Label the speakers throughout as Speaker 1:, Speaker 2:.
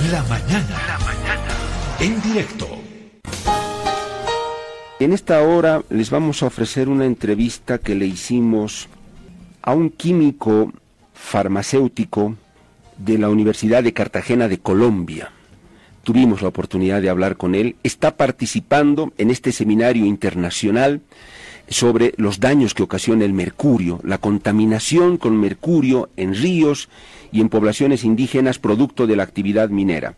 Speaker 1: La mañana. En directo.
Speaker 2: En esta hora les vamos a ofrecer una entrevista que le hicimos a un químico farmacéutico de la Universidad de Cartagena de Colombia. Tuvimos la oportunidad de hablar con él. Está participando en este seminario internacional sobre los daños que ocasiona el mercurio, la contaminación con mercurio en ríos y en poblaciones indígenas producto de la actividad minera.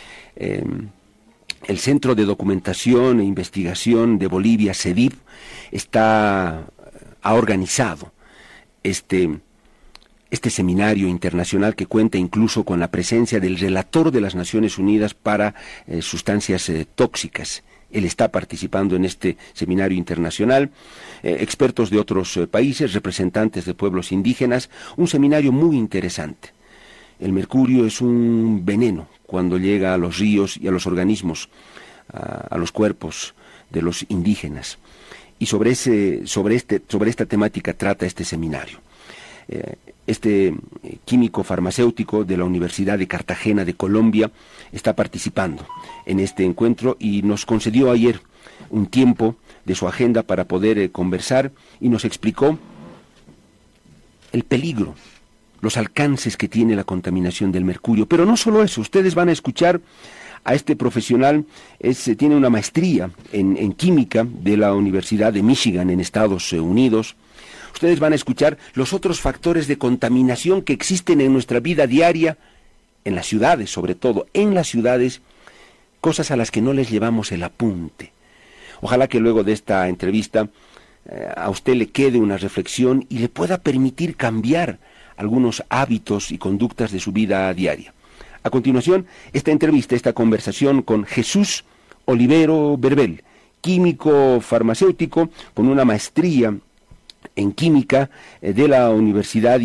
Speaker 2: El Centro de Documentación e Investigación de Bolivia, CEDIB, ha organizado este seminario internacional que cuenta incluso con la presencia del relator de las Naciones Unidas para sustancias tóxicas. Él está participando en este seminario internacional, expertos de otros países, representantes de pueblos indígenas, un seminario muy interesante. El mercurio es un veneno cuando llega a los ríos y a los organismos, a los cuerpos de los indígenas. Y sobre esta temática trata este seminario. Este químico farmacéutico de la Universidad de Cartagena de Colombia está participando en este encuentro y nos concedió ayer un tiempo de su agenda para poder conversar y nos explicó el peligro, los alcances que tiene la contaminación del mercurio. Pero no solo eso, ustedes van a escuchar a este profesional, tiene una maestría en química de la Universidad de Michigan en Estados Unidos. Ustedes van a escuchar los otros factores de contaminación que existen en nuestra vida diaria, en las ciudades, sobre todo en las ciudades, cosas a las que no les llevamos el apunte. Ojalá que luego de esta entrevista a usted le quede una reflexión y le pueda permitir cambiar algunos hábitos y conductas de su vida diaria. A continuación, esta conversación con Jesús Olivero Berbel, químico farmacéutico con una maestría en química de la Universidad,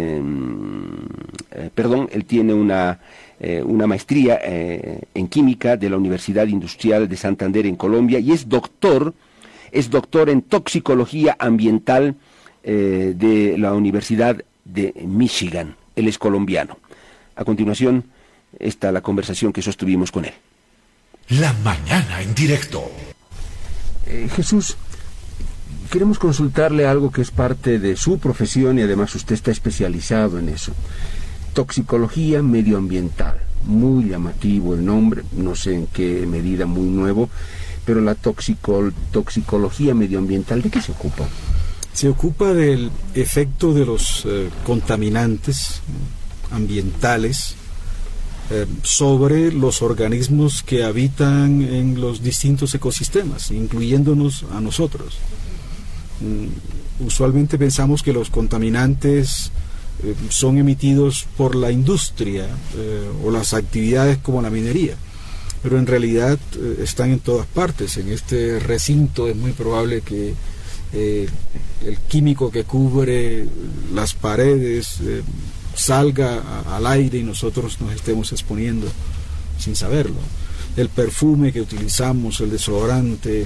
Speaker 2: él tiene una maestría en química de la Universidad Industrial de Santander en Colombia y es doctor en toxicología ambiental de la Universidad de Michigan. Él es colombiano. A continuación, la conversación que sostuvimos con él.
Speaker 1: La mañana en directo.
Speaker 2: Jesús, queremos consultarle algo que es parte de su profesión y además usted está especializado en eso. Toxicología medioambiental. Muy llamativo el nombre, no sé en qué medida, muy nuevo, pero la toxicología medioambiental, ¿de qué se ocupa?
Speaker 3: Se ocupa del efecto de los contaminantes ambientales sobre los organismos que habitan en los distintos ecosistemas, incluyéndonos a nosotros. Usualmente pensamos que los contaminantes son emitidos por la industria o las actividades como la minería, pero en realidad están en todas partes. En este recinto es muy probable que el químico que cubre las paredes salga al aire y nosotros nos estemos exponiendo sin saberlo. El perfume que utilizamos, el desodorante,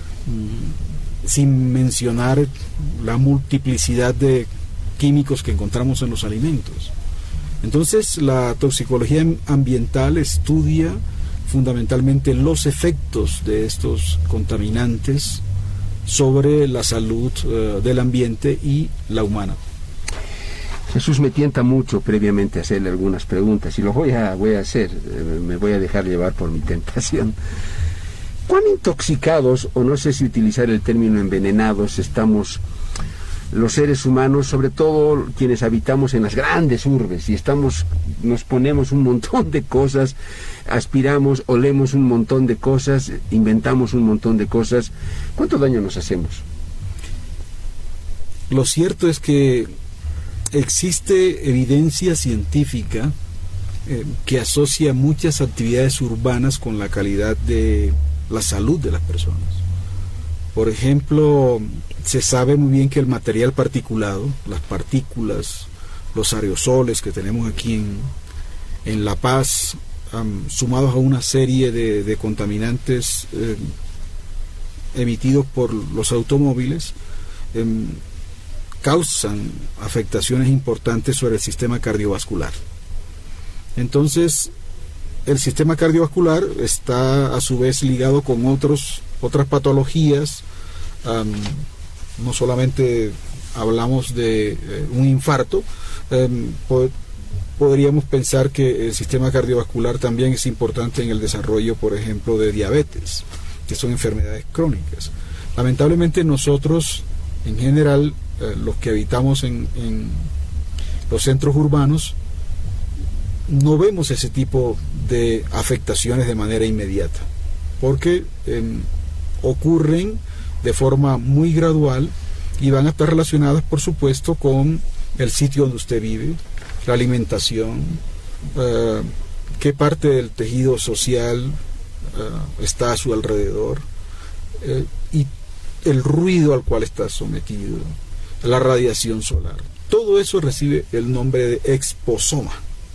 Speaker 3: sin mencionar la multiplicidad de químicos que encontramos en los alimentos. Entonces, la toxicología ambiental estudia fundamentalmente los efectos de estos contaminantes sobre la salud del ambiente y la humana.
Speaker 2: Jesús, me tienta mucho previamente hacerle algunas preguntas y lo voy a hacer, me voy a dejar llevar por mi tentación. ¿Cuán intoxicados, o no sé si utilizar el término envenenados, estamos los seres humanos, sobre todo quienes habitamos en las grandes urbes y nos ponemos un montón de cosas, aspiramos, olemos un montón de cosas, inventamos un montón de cosas? ¿Cuánto daño nos hacemos?
Speaker 3: Lo cierto es que existe evidencia científica que asocia muchas actividades urbanas con la calidad de la salud de las personas. Por ejemplo, se sabe muy bien que el material particulado, las partículas, los aerosoles que tenemos aquí en La Paz, sumados a una serie de contaminantes emitidos por los automóviles, causan afectaciones importantes sobre el sistema cardiovascular. Entonces, el sistema cardiovascular está a su vez ligado con otras patologías. No solamente hablamos de un infarto, podríamos pensar que el sistema cardiovascular también es importante en el desarrollo, por ejemplo, de diabetes, que son enfermedades crónicas. Lamentablemente nosotros, en general, los que habitamos en los centros urbanos, no vemos ese tipo de afectaciones de manera inmediata, porque ocurren de forma muy gradual y van a estar relacionadas, por supuesto, con el sitio donde usted vive, la alimentación, qué parte del tejido social está a su alrededor, y el ruido al cual está sometido, la radiación solar. Todo eso recibe el nombre de exposoma.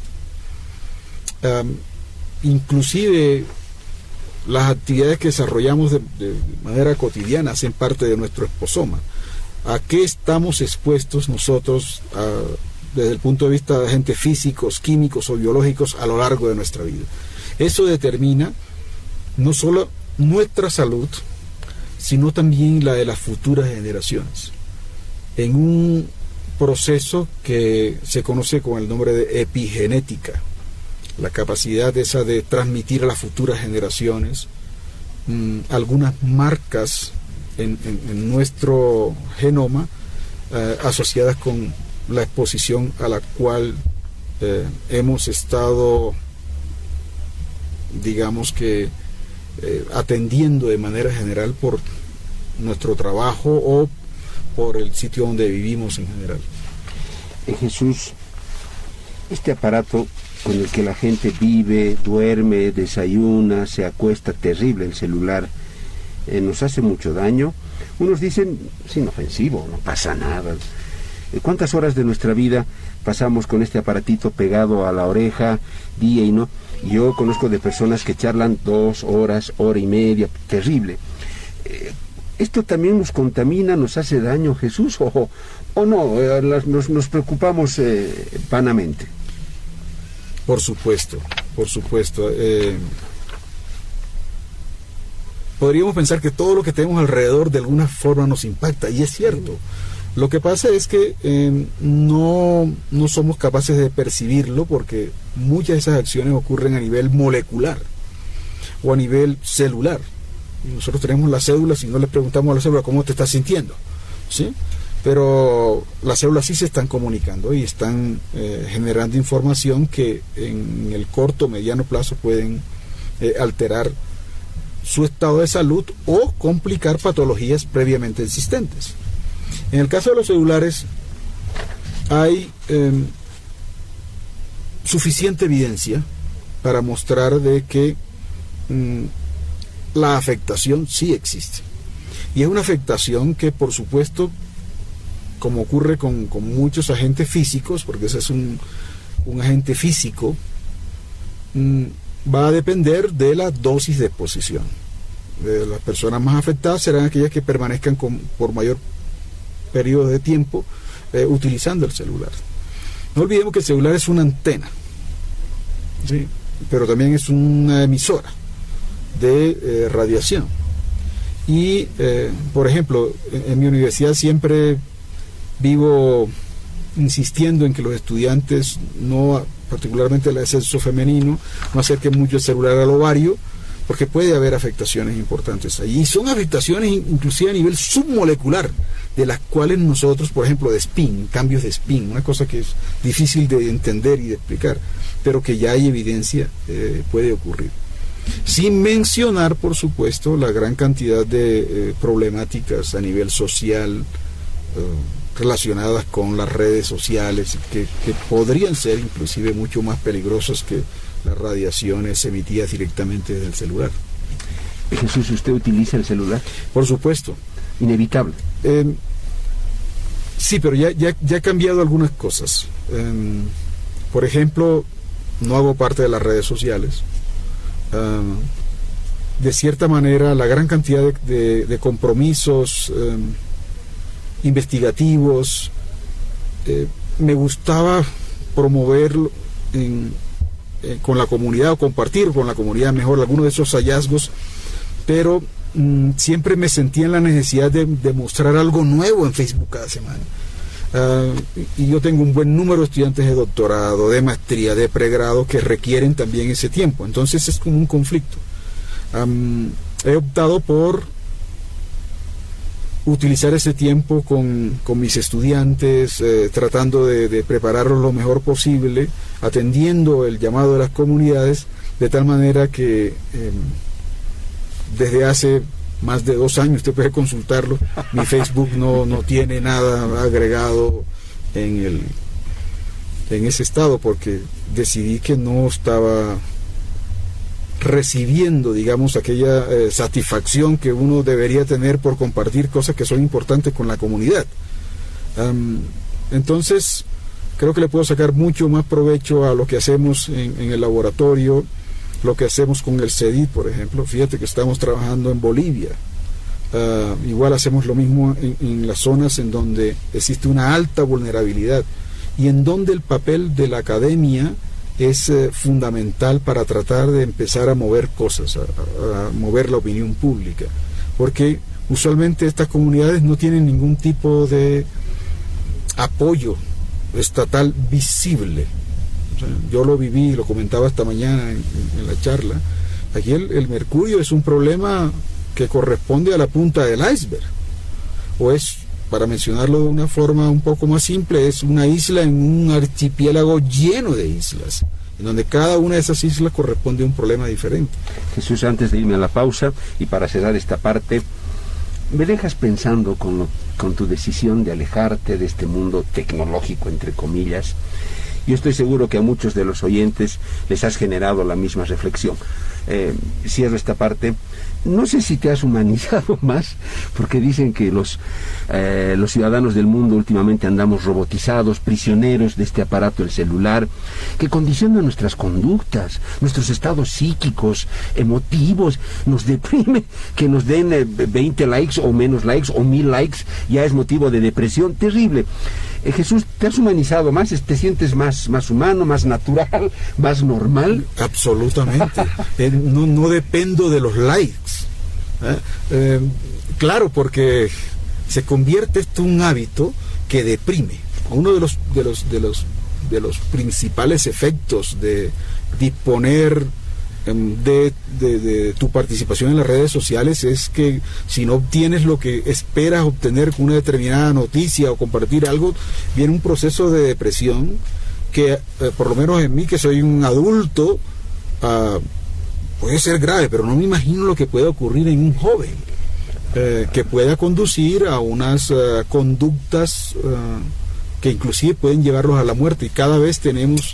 Speaker 3: Inclusive las actividades que desarrollamos de manera cotidiana hacen parte de nuestro exposoma. ¿A qué estamos expuestos nosotros desde el punto de vista de agentes físicos, químicos o biológicos a lo largo de nuestra vida? Eso determina no solo nuestra salud, sino también la de las futuras generaciones, en un proceso que se conoce con el nombre de epigenética, la capacidad esa de transmitir a las futuras generaciones algunas marcas en nuestro genoma asociadas con la exposición a la cual hemos estado, digamos que, atendiendo de manera general por nuestro trabajo o por el sitio donde vivimos en general.
Speaker 2: Jesús, este aparato con el que la gente vive, duerme, desayuna, se acuesta, terrible el celular, nos hace mucho daño. Unos dicen, es inofensivo, no pasa nada. ¿Cuántas horas de nuestra vida pasamos con este aparatito pegado a la oreja, día y no? Yo conozco de personas que charlan 2 horas, hora y media, terrible. ¿Esto también nos contamina, nos hace daño, Jesús, o no? Nos preocupamos vanamente.
Speaker 3: Por supuesto, por supuesto. Podríamos pensar que todo lo que tenemos alrededor de alguna forma nos impacta, y es cierto. Lo que pasa es que no somos capaces de percibirlo, porque muchas de esas acciones ocurren a nivel molecular o a nivel celular. Y nosotros tenemos las células y no le preguntamos a la célula cómo te estás sintiendo, ¿sí? Pero las células sí se están comunicando y están generando información que en el corto o mediano plazo pueden alterar su estado de salud o complicar patologías previamente existentes. En el caso de los celulares hay suficiente evidencia para mostrar de que la afectación sí existe. Y es una afectación que, por supuesto, como ocurre con muchos agentes físicos, porque ese es un agente físico, va a depender de la dosis de exposición. Las personas más afectadas serán aquellas que permanezcan por mayor periodo de tiempo utilizando el celular. No olvidemos que el celular es una antena, ¿sí? Pero también es una emisora de radiación. Y, por ejemplo, en mi universidad siempre vivo insistiendo en que los estudiantes, particularmente el sexo femenino, no acerquen mucho el celular al ovario, porque puede haber afectaciones importantes allí. Y son afectaciones inclusive a nivel submolecular, de las cuales nosotros, por ejemplo, de spin, cambios de spin, una cosa que es difícil de entender y de explicar, pero que ya hay evidencia puede ocurrir. Sin mencionar, por supuesto, la gran cantidad de problemáticas a nivel social relacionadas con las redes sociales, que podrían ser inclusive mucho más peligrosas que las radiaciones emitidas directamente desde el celular.
Speaker 2: Jesús, ¿usted utiliza el celular?
Speaker 3: Por supuesto.
Speaker 2: Inevitable.
Speaker 3: Sí, pero ya ha cambiado algunas cosas. Por ejemplo, no hago parte de las redes sociales. De cierta manera, la gran cantidad de compromisos investigativos me gustaba promoverlo con la comunidad o compartir con la comunidad mejor algunos de esos hallazgos, pero siempre me sentía en la necesidad de mostrar algo nuevo en Facebook cada semana. Y yo tengo un buen número de estudiantes de doctorado, de maestría, de pregrado que requieren también ese tiempo, entonces es como un conflicto. He optado por utilizar ese tiempo con mis estudiantes, tratando de prepararlos lo mejor posible, atendiendo el llamado de las comunidades, de tal manera que desde hace más de 2 años, usted puede consultarlo, mi Facebook no tiene nada agregado en ese estado, porque decidí que no estaba recibiendo, digamos, aquella satisfacción que uno debería tener por compartir cosas que son importantes con la comunidad. Entonces creo que le puedo sacar mucho más provecho a lo que hacemos en el laboratorio, lo que hacemos con el CEDIT, por ejemplo. Fíjate que estamos trabajando en Bolivia. Igual hacemos lo mismo en las zonas en donde existe una alta vulnerabilidad y en donde el papel de la academia es fundamental para tratar de empezar a mover cosas, a mover la opinión pública, porque usualmente estas comunidades no tienen ningún tipo de apoyo estatal visible. O sea, yo lo viví, lo comentaba esta mañana en la charla. Aquí el mercurio es un problema que corresponde a la punta del iceberg, o es, para mencionarlo de una forma un poco más simple, es una isla en un archipiélago lleno de islas, en donde cada una de esas islas corresponde a un problema diferente.
Speaker 2: Jesús, antes de irme a la pausa y para cerrar esta parte, me dejas pensando con tu decisión de alejarte de este mundo tecnológico, entre comillas. Yo estoy seguro que a muchos de los oyentes les has generado la misma reflexión. Cierro esta parte. No sé si te has humanizado más, porque dicen que los ciudadanos del mundo últimamente andamos robotizados, prisioneros de este aparato, el celular, que condiciona nuestras conductas, nuestros estados psíquicos, emotivos, nos deprime, que nos den 20 likes o menos likes o 1000 likes, ya es motivo de depresión, terrible. Jesús, ¿te has humanizado más? ¿Te sientes más humano, más natural, más normal?
Speaker 3: Absolutamente. No dependo de los likes. Claro, porque se convierte esto en un hábito que deprime. Uno de los principales efectos de disponer de tu participación en las redes sociales es que si no obtienes lo que esperas obtener con una determinada noticia o compartir algo, viene un proceso de depresión que, por lo menos en mí, que soy un adulto, puede ser grave, pero no me imagino lo que puede ocurrir en un joven que pueda conducir a unas conductas que inclusive pueden llevarlos a la muerte, y cada vez tenemos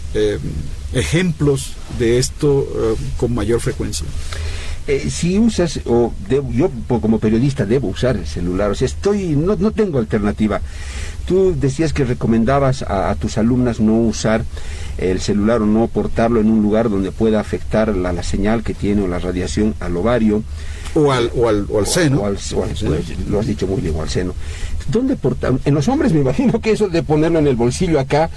Speaker 3: ejemplos de esto con mayor frecuencia.
Speaker 2: Si usas, yo como periodista debo usar el celular, o sea, no tengo alternativa. Tú decías que recomendabas a tus alumnas no usar el celular o no portarlo en un lugar donde pueda afectar la señal que tiene o la radiación al ovario.
Speaker 3: O al seno.
Speaker 2: Lo has dicho muy bien, o al seno. ¿Dónde portar? En los hombres me imagino que eso de ponerlo en el bolsillo acá...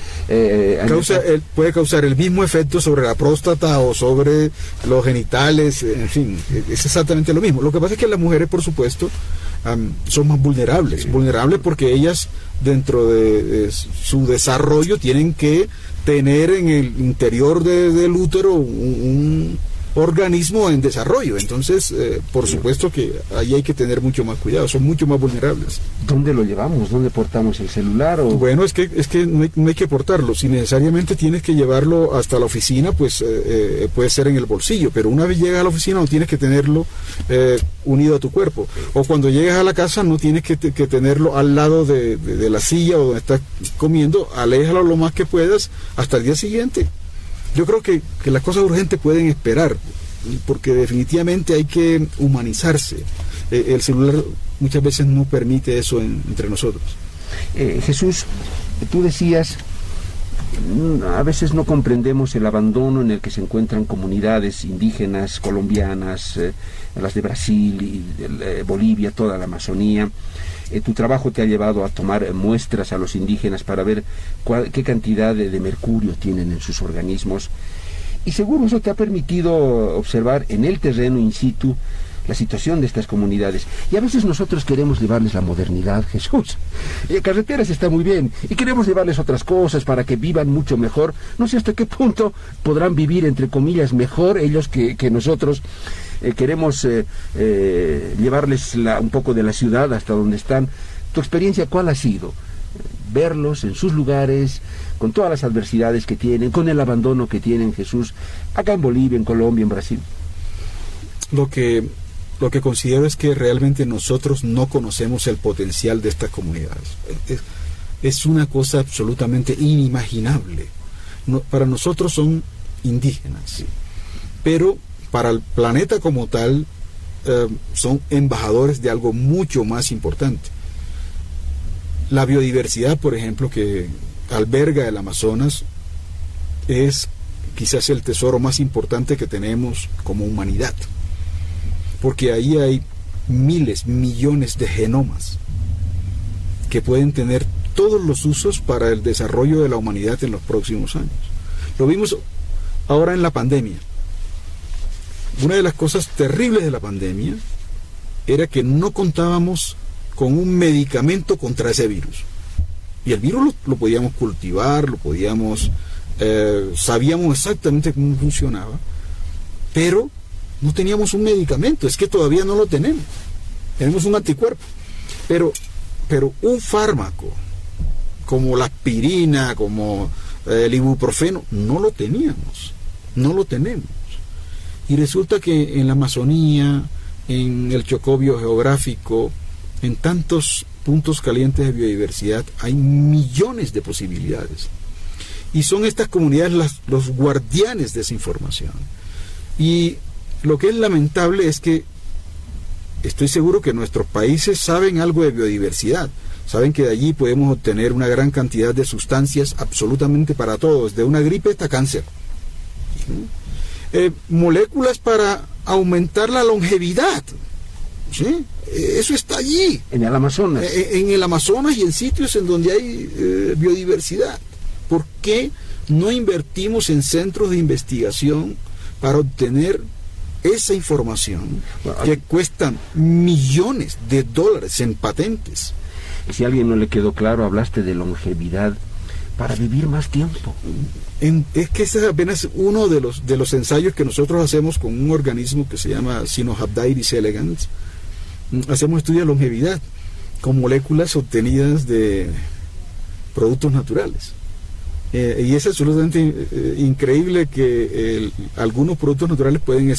Speaker 3: puede causar el mismo efecto sobre la próstata o sobre los genitales, en fin, es exactamente lo mismo. Lo que pasa es que las mujeres, por supuesto, son más vulnerables. Sí. Vulnerables porque ellas, dentro de su desarrollo, tienen que tener en el interior del útero un organismo en desarrollo. Entonces, por supuesto que ahí hay que tener mucho más cuidado, son mucho más vulnerables.
Speaker 2: ¿Dónde lo llevamos? ¿Dónde portamos el celular?
Speaker 3: Bueno, es que no hay que portarlo. Si necesariamente tienes que llevarlo hasta la oficina, pues puede ser en el bolsillo, pero una vez llegas a la oficina no tienes que tenerlo unido a tu cuerpo. O cuando llegas a la casa no tienes que tenerlo al lado de la silla o donde estás comiendo. Aléjalo lo más que puedas hasta el día siguiente. Yo creo que las cosas urgentes pueden esperar, porque definitivamente hay que humanizarse. El celular muchas veces no permite eso entre nosotros.
Speaker 2: Jesús, tú decías, a veces no comprendemos el abandono en el que se encuentran comunidades indígenas, colombianas, las de Brasil, y Bolivia, toda la Amazonía. Tu trabajo te ha llevado a tomar muestras a los indígenas para ver qué cantidad de mercurio tienen en sus organismos. Y seguro eso te ha permitido observar en el terreno in situ la situación de estas comunidades. Y a veces nosotros queremos llevarles la modernidad, Jesús. Carreteras está muy bien, y queremos llevarles otras cosas para que vivan mucho mejor. No sé hasta qué punto podrán vivir, entre comillas, mejor ellos que nosotros. Queremos llevarles un poco de la ciudad hasta donde están. ¿Tu experiencia cuál ha sido? Verlos en sus lugares, con todas las adversidades que tienen, con el abandono que tienen, Jesús, acá en Bolivia, en Colombia, en Brasil.
Speaker 3: Lo que considero es que realmente nosotros no conocemos el potencial de estas comunidades. Es una cosa absolutamente inimaginable. Para nosotros son indígenas, sí, pero para el planeta como tal son embajadores de algo mucho más importante. La biodiversidad, por ejemplo, que alberga el Amazonas es quizás el tesoro más importante que tenemos como humanidad, porque ahí hay miles, millones de genomas que pueden tener todos los usos para el desarrollo de la humanidad en los próximos años. Lo vimos ahora en la pandemia. Una de las cosas terribles de la pandemia era que no contábamos con un medicamento contra ese virus. Y el virus lo podíamos cultivar, sabíamos exactamente cómo funcionaba, pero no teníamos un medicamento. Es que todavía no lo tenemos. Tenemos un anticuerpo. Pero un fármaco como la aspirina, como el ibuprofeno, no lo teníamos. No lo tenemos. Y resulta que en la Amazonía, en el Chocó biogeográfico, en tantos puntos calientes de biodiversidad, hay millones de posibilidades. Y son estas comunidades los guardianes de esa información. Y lo que es lamentable es que estoy seguro que nuestros países saben algo de biodiversidad. Saben que de allí podemos obtener una gran cantidad de sustancias absolutamente para todos, de una gripe hasta cáncer. Moléculas para aumentar la longevidad. ¿Sí? Eso está allí.
Speaker 2: En el Amazonas.
Speaker 3: En el Amazonas y en sitios en donde hay biodiversidad. ¿Por qué no invertimos en centros de investigación para obtener esa información que cuestan millones de dólares en patentes?
Speaker 2: Si a alguien no le quedó claro, hablaste de longevidad para vivir más tiempo.
Speaker 3: Es que ese es apenas uno de los ensayos que nosotros hacemos con un organismo que se llama Cynohabditis elegans. Hacemos estudios de longevidad con moléculas obtenidas de productos naturales. Y es absolutamente increíble que algunos productos naturales pueden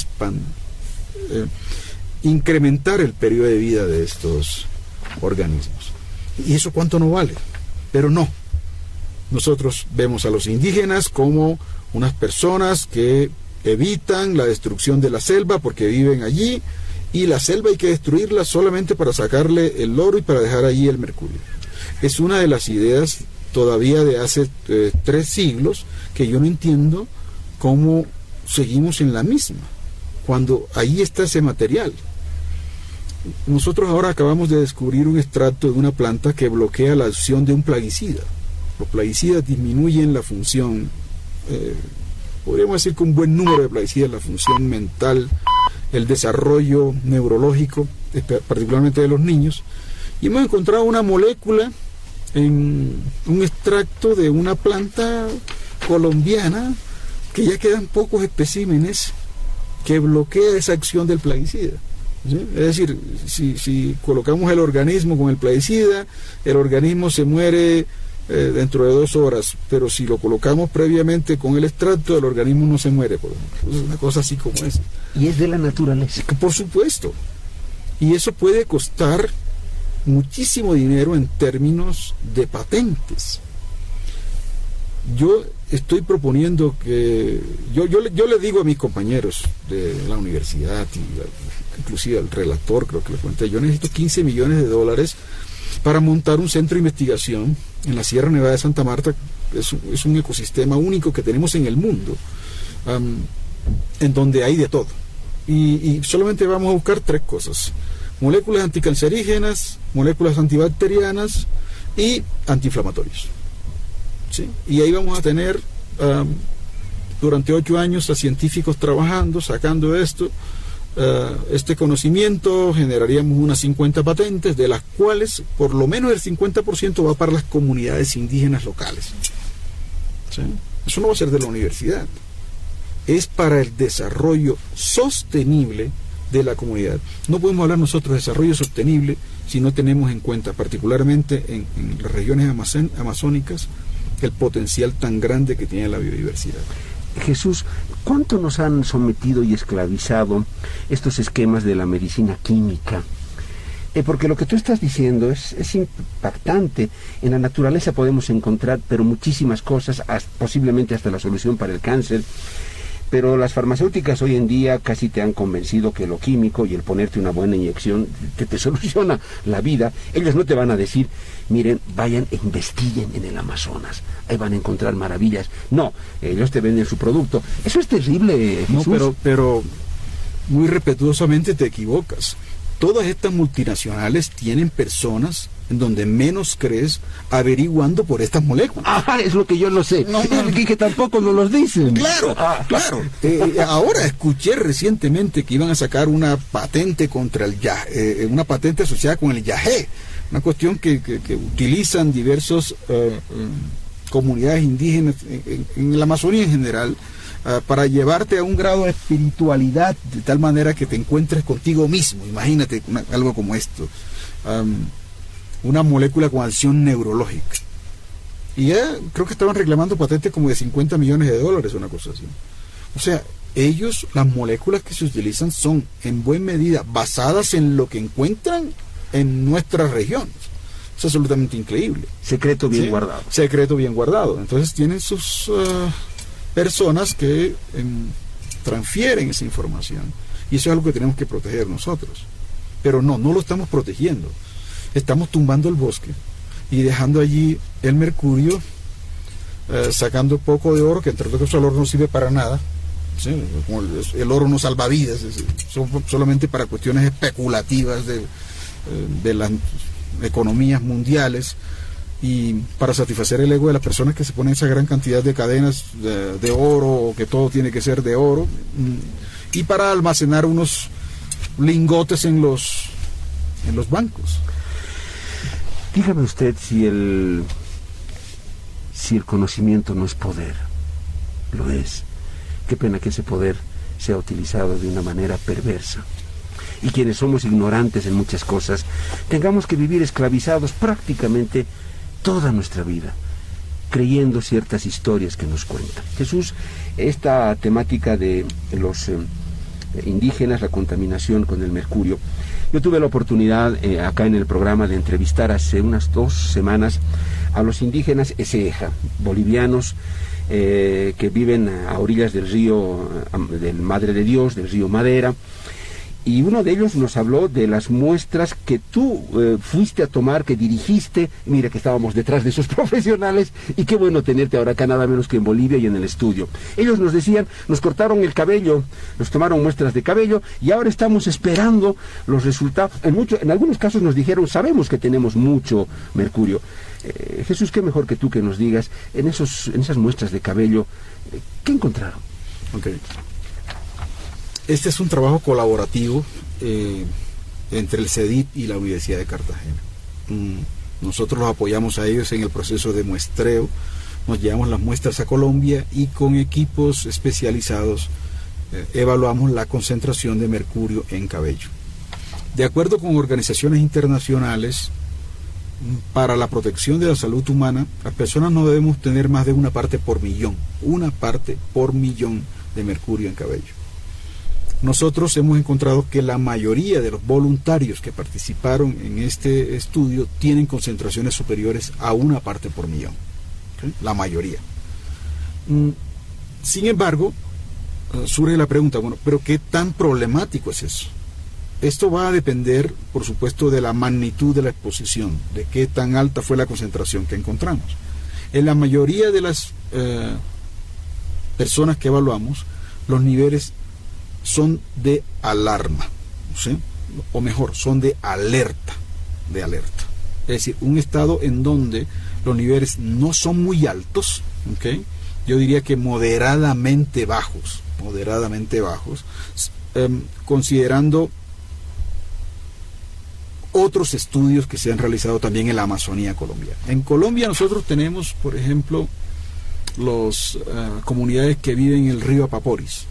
Speaker 3: incrementar el periodo de vida de estos organismos. ¿Y eso cuánto no vale? Pero no. Nosotros vemos a los indígenas como unas personas que evitan la destrucción de la selva porque viven allí, y la selva hay que destruirla solamente para sacarle el oro y para dejar allí el mercurio. Es una de las ideas todavía de hace 3 siglos que yo no entiendo cómo seguimos en la misma, cuando ahí está ese material. Nosotros ahora acabamos de descubrir un extracto de una planta que bloquea la acción de un plaguicida. Los plaguicidas disminuyen la función, podríamos decir que un buen número de plaguicidas, la función mental, el desarrollo neurológico, particularmente de los niños, y hemos encontrado una molécula en un extracto de una planta colombiana que ya quedan pocos especímenes que bloquea esa acción del plaguicida. ¿Sí? Es decir, si colocamos el organismo con el plaguicida, el organismo se muere dentro de 2 horas, pero si lo colocamos previamente con el extracto, el organismo no se muere, por ejemplo. Es una cosa así como esa.
Speaker 2: Y es de la naturaleza.
Speaker 3: Por supuesto. Y eso puede costar muchísimo dinero en términos de patentes. Yo estoy proponiendo que yo le digo a mis compañeros de la universidad, y inclusive al relator, creo que le conté, yo necesito $15 millones para montar un centro de investigación en la Sierra Nevada de Santa Marta. Es un ecosistema único que tenemos en el mundo, en donde hay de todo, y solamente vamos a buscar 3 cosas: moléculas anticancerígenas, moléculas antibacterianas y antiinflamatorios. ¿Sí? Y ahí vamos a tener durante 8 años a científicos trabajando, sacando esto, este conocimiento, generaríamos unas 50 patentes, de las cuales por lo menos el 50% va para las comunidades indígenas locales. ¿Sí? Eso no va a ser de la universidad, es para el desarrollo sostenible de la comunidad. No podemos hablar nosotros de desarrollo sostenible si no tenemos en cuenta, particularmente en las regiones amazónicas, el potencial tan grande que tiene la biodiversidad.
Speaker 2: Jesús, ¿cuánto nos han sometido y esclavizado estos esquemas de la medicina química? Porque lo que tú estás diciendo es impactante. En la naturaleza podemos encontrar, pero muchísimas cosas, posiblemente hasta la solución para el cáncer. Pero las farmacéuticas hoy en día casi te han convencido que lo químico y el ponerte una buena inyección que te soluciona la vida. Ellos no te van a decir, miren, vayan e investiguen en el Amazonas, ahí van a encontrar maravillas. No, ellos te venden su producto. Eso es terrible, Jesús.
Speaker 3: No, pero muy respetuosamente te equivocas. Todas estas multinacionales tienen personas en donde menos crees averiguando por estas moléculas.
Speaker 2: Ah, es lo que yo no sé. No. Que tampoco nos los dicen.
Speaker 3: Claro, claro. Ahora escuché recientemente que iban a sacar una patente contra el yagé, una patente asociada con el yagé, una cuestión que utilizan diversas comunidades indígenas en la Amazonía en general, para llevarte a un grado de espiritualidad de tal manera que te encuentres contigo mismo. Imagínate algo como esto, una molécula con acción neurológica, y ya creo que estaban reclamando patentes como de $50 millones, una cosa así. O sea, ellos, las moléculas que se utilizan son en buena medida basadas en lo que encuentran en nuestras regiones. Es absolutamente increíble.
Speaker 2: Secreto bien guardado.
Speaker 3: Secreto bien guardado. Entonces tienen sus personas que transfieren esa información, y eso es algo que tenemos que proteger nosotros. Pero no lo estamos protegiendo. Estamos tumbando el bosque y dejando allí el mercurio, sacando poco de oro, que entre otras cosas el oro no sirve para nada. ¿Sí? Como el oro no salva vidas, solamente para cuestiones especulativas de las economías mundiales, y para satisfacer el ego de las personas que se ponen esa gran cantidad de cadenas de oro, o que todo tiene que ser de oro, y para almacenar unos lingotes en los bancos.
Speaker 2: Dígame usted si el conocimiento no es poder. Lo es. Qué pena que ese poder sea utilizado de una manera perversa, y quienes somos ignorantes en muchas cosas tengamos que vivir esclavizados prácticamente toda nuestra vida, creyendo ciertas historias que nos cuentan. Jesús, esta temática de los indígenas, la contaminación con el mercurio, yo tuve la oportunidad acá en el programa de entrevistar hace unas 2 semanas a los indígenas Eseja, bolivianos, que viven a orillas del río del Madre de Dios, del río Madera. Y uno de ellos nos habló de las muestras que tú fuiste a tomar, que dirigiste. Mira que estábamos detrás de esos profesionales, y qué bueno tenerte ahora acá, nada menos que en Bolivia y en el estudio. Ellos nos decían, nos cortaron el cabello, nos tomaron muestras de cabello, y ahora estamos esperando los resultados. En algunos casos nos dijeron, sabemos que tenemos mucho mercurio. Jesús, qué mejor que tú que nos digas, en esas muestras de cabello, ¿qué encontraron?
Speaker 3: Okay. Este es un trabajo colaborativo entre el CEDIP y la Universidad de Cartagena. Nosotros los apoyamos a ellos en el proceso de muestreo, nos llevamos las muestras a Colombia, y con equipos especializados evaluamos la concentración de mercurio en cabello. De acuerdo con organizaciones internacionales para la protección de la salud humana, las personas no debemos tener más de 1 parte por millón de mercurio en cabello. Nosotros hemos encontrado que la mayoría de los voluntarios que participaron en este estudio tienen concentraciones superiores a 1 parte por millón. ¿Okay? La mayoría. Sin embargo, surge la pregunta, bueno, ¿pero qué tan problemático es eso? Esto va a depender, por supuesto, de la magnitud de la exposición, de qué tan alta fue la concentración que encontramos. En la mayoría de las personas que evaluamos, los niveles son de alarma, ¿sí? O mejor, son de alerta. Es decir, un estado en donde los niveles no son muy altos, ¿okay? yo diría que moderadamente bajos, considerando otros estudios que se han realizado también en la Amazonía colombiana. En Colombia nosotros tenemos, por ejemplo, las comunidades que viven en el río Apaporis.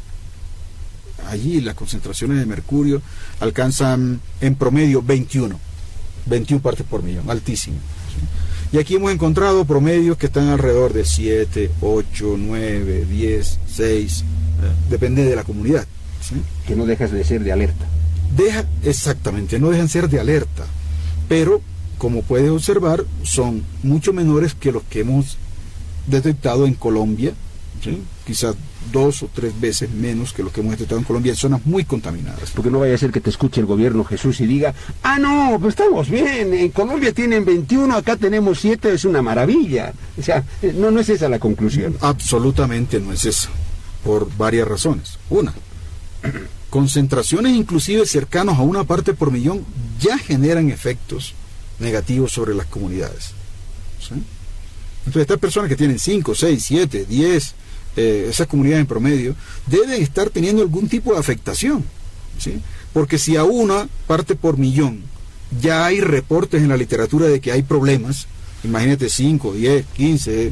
Speaker 3: Allí las concentraciones de mercurio alcanzan en promedio 21 partes por millón, altísimo, ¿sí? Y aquí hemos encontrado promedios que están alrededor de 7, 8, 9, 10, 6, depende de la comunidad, ¿sí?
Speaker 2: Que no dejas de ser de alerta.
Speaker 3: Exactamente, no dejan ser de alerta, pero como puedes observar, son mucho menores que los que hemos detectado en Colombia, ¿sí? Quizás 2 o 3 veces menos que los que hemos detectado en Colombia, en zonas muy contaminadas.
Speaker 2: Porque no vaya a ser que te escuche el gobierno, Jesús, y diga, no, pues estamos bien, en Colombia tienen 21, acá tenemos 7, es una maravilla. O sea, no es esa la conclusión.
Speaker 3: Absolutamente no es esa, por varias razones. Una, concentraciones inclusive cercanos a 1 parte por millón ya generan efectos negativos sobre las comunidades, ¿sí? Entonces estas personas que tienen 5, 6, 7, 10, esas comunidades en promedio, deben estar teniendo algún tipo de afectación, ¿sí? Porque si a 1 parte por millón ya hay reportes en la literatura de que hay problemas, imagínate 5, 10, 15,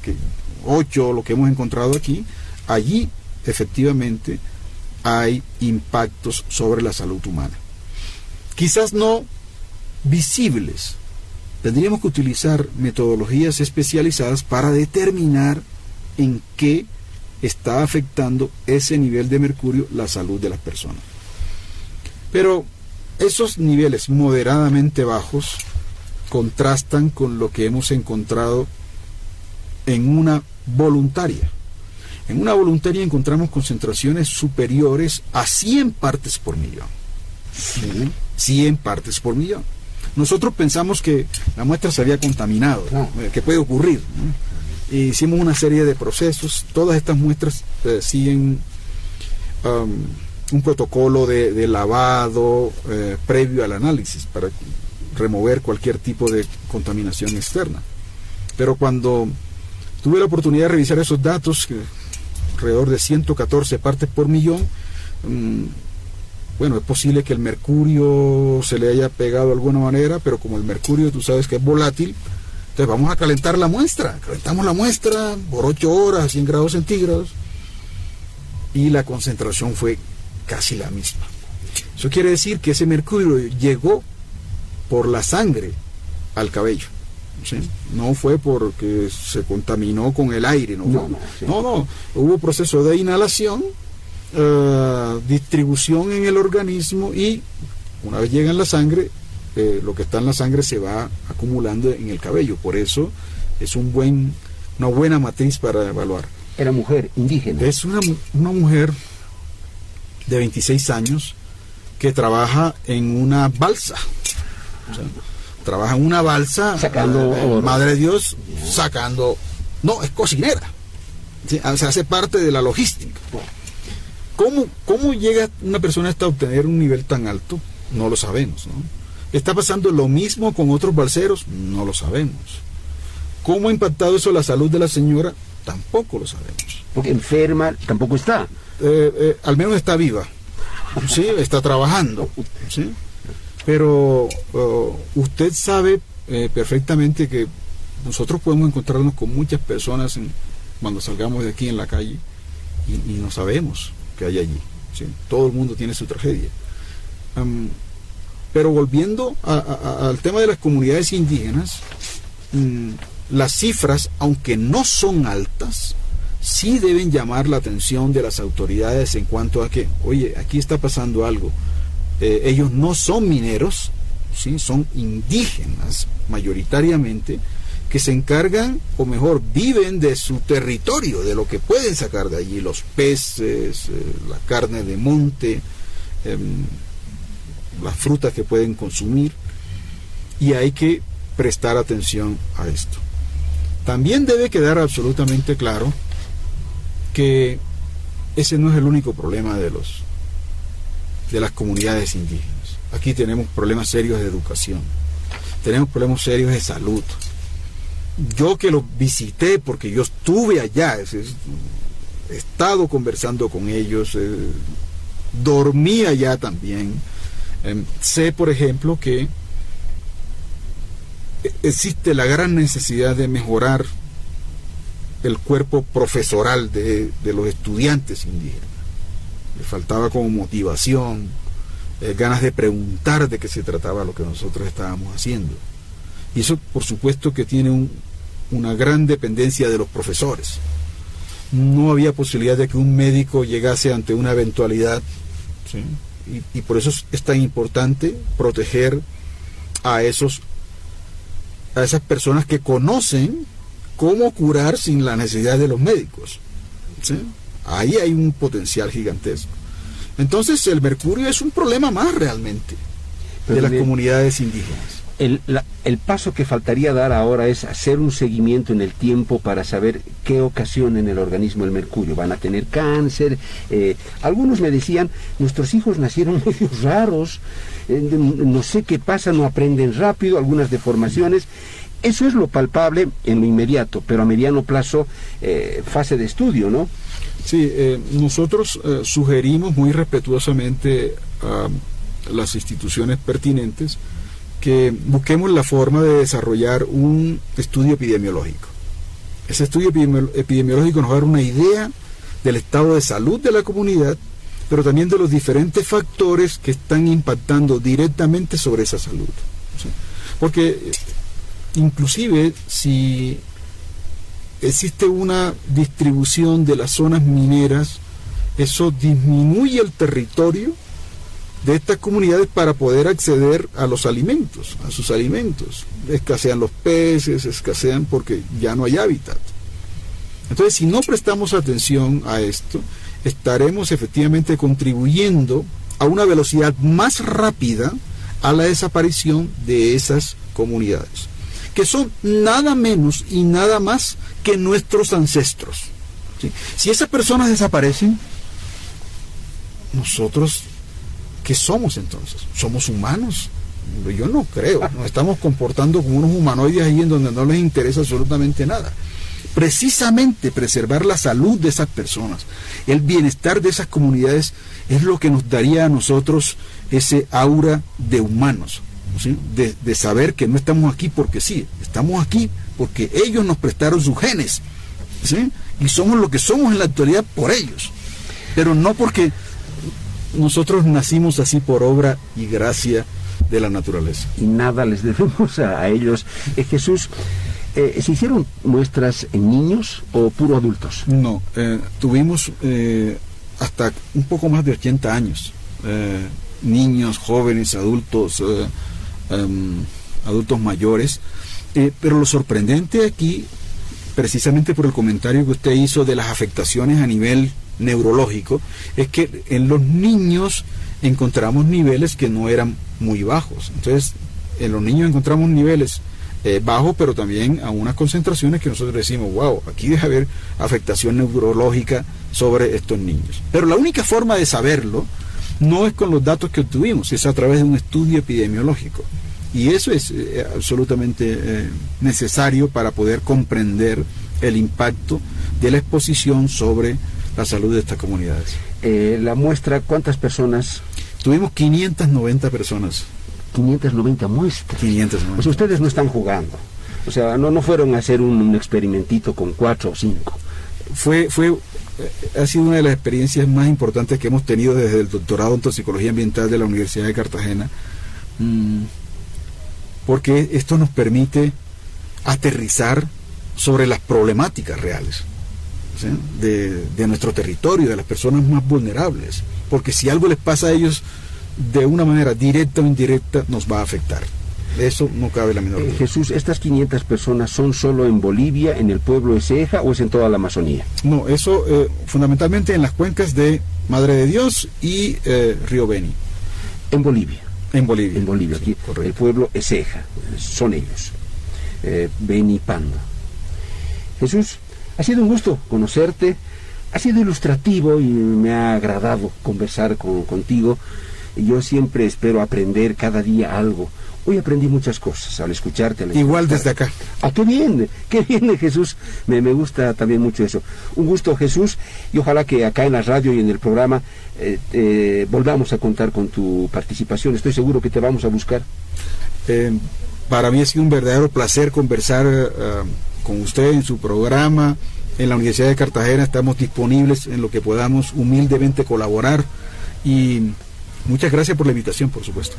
Speaker 3: 8, lo que hemos encontrado aquí, allí efectivamente hay impactos sobre la salud humana. Quizás no visibles. Tendríamos que utilizar metodologías especializadas para determinar en qué está afectando ese nivel de mercurio la salud de las personas. Pero esos niveles moderadamente bajos contrastan con lo que hemos encontrado en una voluntaria. En una voluntaria encontramos concentraciones superiores a 100 partes por millón. ¿Sí? 100 partes por millón. Nosotros pensamos que la muestra se había contaminado, que puede ocurrir, ¿no? Hicimos una serie de procesos. Todas estas muestras siguen un protocolo de lavado previo al análisis para remover cualquier tipo de contaminación externa. Pero cuando tuve la oportunidad de revisar esos datos, alrededor de 114 partes por millón, bueno, es posible que el mercurio se le haya pegado de alguna manera, pero como el mercurio tú sabes que es volátil, entonces vamos a calentar la muestra. Calentamos la muestra por 8 horas a 100 grados centígrados y la concentración fue casi la misma. Eso quiere decir que ese mercurio llegó por la sangre al cabello, ¿sí? No fue porque se contaminó con el aire, no, hubo proceso de inhalación, distribución en el organismo, y una vez llega en la sangre, lo que está en la sangre se va acumulando en el cabello. Por eso es una buena matriz para evaluar.
Speaker 2: Era mujer indígena.
Speaker 3: Es una mujer de 26 años que trabaja en una balsa. O sea, trabaja en una balsa,
Speaker 2: sacando
Speaker 3: Madre de Dios, sacando... No, es cocinera. ¿Sí? O sea, hace parte de la logística. ¿Cómo llega una persona hasta obtener un nivel tan alto? No lo sabemos, ¿no? ¿Está pasando lo mismo con otros balseros? No lo sabemos. ¿Cómo ha impactado eso la salud de la señora? Tampoco lo sabemos.
Speaker 2: Porque enferma tampoco está.
Speaker 3: Al menos está viva. Sí, está trabajando. ¿Sí? Pero usted sabe perfectamente que nosotros podemos encontrarnos con muchas personas cuando salgamos de aquí en la calle y no sabemos qué hay allí, ¿sí? Todo el mundo tiene su tragedia. Pero volviendo al tema de las comunidades indígenas, las cifras, aunque no son altas, sí deben llamar la atención de las autoridades en cuanto a que, oye, aquí está pasando algo. Ellos no son mineros, ¿sí? Son indígenas mayoritariamente, que se encargan, o mejor, viven de su territorio, de lo que pueden sacar de allí, los peces, la carne de monte, las frutas que pueden consumir, y hay que prestar atención a esto. También debe quedar absolutamente claro que ese no es el único problema de las comunidades indígenas. Aquí tenemos problemas serios de educación, tenemos problemas serios de salud, yo que los visité, porque yo estuve allá, he estado conversando con ellos, dormí allá también, sé, por ejemplo, que existe la gran necesidad de mejorar el cuerpo profesoral de los estudiantes indígenas. Les faltaba como motivación, ganas de preguntar de qué se trataba lo que nosotros estábamos haciendo. Y eso, por supuesto, que tiene una gran dependencia de los profesores. No había posibilidad de que un médico llegase ante una eventualidad, ¿sí? Y por eso es tan importante proteger a esas personas que conocen cómo curar sin la necesidad de los médicos, ¿sí? Ahí hay un potencial gigantesco. Entonces el mercurio es un problema más realmente de las comunidades indígenas.
Speaker 2: El paso que faltaría dar ahora es hacer un seguimiento en el tiempo para saber qué ocasiona en el organismo el mercurio. ¿Van a tener cáncer? Algunos me decían, nuestros hijos nacieron medio raros, no sé qué pasa, no aprenden rápido, algunas deformaciones. Eso es lo palpable en lo inmediato, pero a mediano plazo, fase de estudio, ¿no?
Speaker 3: Sí, nosotros sugerimos muy respetuosamente a las instituciones pertinentes que busquemos la forma de desarrollar un estudio epidemiológico. Ese estudio epidemiológico nos va a dar una idea del estado de salud de la comunidad, pero también de los diferentes factores que están impactando directamente sobre esa salud, ¿sí? Porque inclusive si existe una distribución de las zonas mineras, eso disminuye el territorio de estas comunidades para poder acceder a los alimentos, a sus alimentos. Escasean los peces, escasean porque ya no hay hábitat. Entonces, si no prestamos atención a esto, estaremos efectivamente contribuyendo a una velocidad más rápida a la desaparición de esas comunidades, que son nada menos y nada más que nuestros ancestros, ¿sí? Si esas personas desaparecen, nosotros, ¿qué somos entonces? ¿Somos humanos? Yo no creo. Nos estamos comportando como unos humanoides ahí en donde no les interesa absolutamente nada. Precisamente preservar la salud de esas personas, el bienestar de esas comunidades, es lo que nos daría a nosotros ese aura de humanos, ¿sí? De saber que no estamos aquí porque sí, estamos aquí porque ellos nos prestaron sus genes, ¿sí? Y somos lo que somos en la actualidad por ellos, pero no porque nosotros nacimos así por obra y gracia de la naturaleza.
Speaker 2: Y nada les debemos a ellos. Jesús, ¿se hicieron muestras en niños o puro adultos?
Speaker 3: No, tuvimos hasta un poco más de 80 años. Niños, jóvenes, adultos, adultos mayores. Pero lo sorprendente aquí, precisamente por el comentario que usted hizo de las afectaciones a nivel neurológico, es que en los niños encontramos niveles que no eran muy bajos. Entonces, en los niños encontramos niveles bajos, pero también a unas concentraciones que nosotros decimos, wow, aquí debe haber afectación neurológica sobre estos niños. Pero la única forma de saberlo no es con los datos que obtuvimos, es a través de un estudio epidemiológico. Y eso es absolutamente necesario para poder comprender el impacto de la exposición sobre la salud de estas comunidades.
Speaker 2: La muestra, ¿cuántas personas?
Speaker 3: Tuvimos 590 personas.
Speaker 2: 590 muestras.
Speaker 3: 590.
Speaker 2: Pues ustedes no están jugando. O sea, no fueron a hacer un experimentito con 4 o 5.
Speaker 3: Ha sido una de las experiencias más importantes que hemos tenido desde el doctorado en toxicología ambiental de la Universidad de Cartagena, porque esto nos permite aterrizar sobre las problemáticas reales, ¿sí? de nuestro territorio, de las personas más vulnerables, porque si algo les pasa a ellos de una manera directa o indirecta, nos va a afectar. De eso no cabe la menor duda.
Speaker 2: Jesús, ¿estas 500 personas son solo en Bolivia, en el pueblo de Ceja, o es en toda la Amazonía?
Speaker 3: No, eso fundamentalmente en las cuencas de Madre de Dios y Río Beni.
Speaker 2: En Bolivia.
Speaker 3: En Bolivia.
Speaker 2: En Bolivia, aquí, correcto. El pueblo Eceja, son ellos. Beni Pando. Jesús, ha sido un gusto conocerte, ha sido ilustrativo y me ha agradado conversar contigo. Yo siempre espero aprender cada día algo, Hoy aprendí muchas cosas al escucharte.
Speaker 3: Igual desde acá.
Speaker 2: Ah, qué bien, Jesús. Me gusta también mucho eso. Un gusto, Jesús, y ojalá que acá en la radio y en el programa volvamos a contar con tu participación. Estoy seguro que te vamos a buscar.
Speaker 3: Para mí ha sido un verdadero placer conversar con usted en su programa. En la Universidad de Cartagena estamos disponibles en lo que podamos humildemente colaborar, y muchas gracias por la invitación, por supuesto.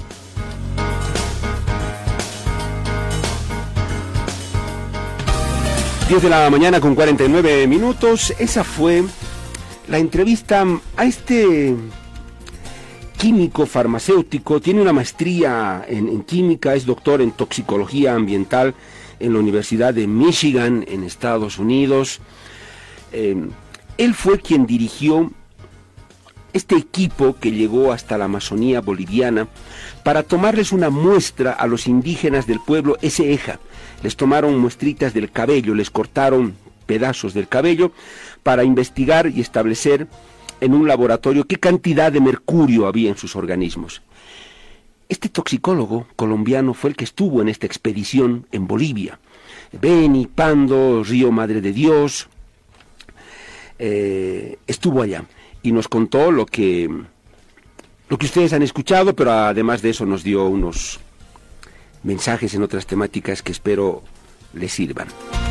Speaker 2: Diez de la mañana con 49 minutos. Esa fue la entrevista a este químico farmacéutico. Tiene una maestría en química, es doctor en toxicología ambiental en la Universidad de Michigan, en Estados Unidos. Él fue quien dirigió este equipo que llegó hasta la Amazonía boliviana para tomarles una muestra a los indígenas del pueblo Eseja. Les tomaron muestritas del cabello, les cortaron pedazos del cabello para investigar y establecer en un laboratorio qué cantidad de mercurio había en sus organismos. Este toxicólogo colombiano fue el que estuvo en esta expedición en Bolivia. Beni, Pando, Río Madre de Dios, estuvo allá y nos contó lo que ustedes han escuchado, pero además de eso nos dio unos mensajes en otras temáticas que espero les sirvan.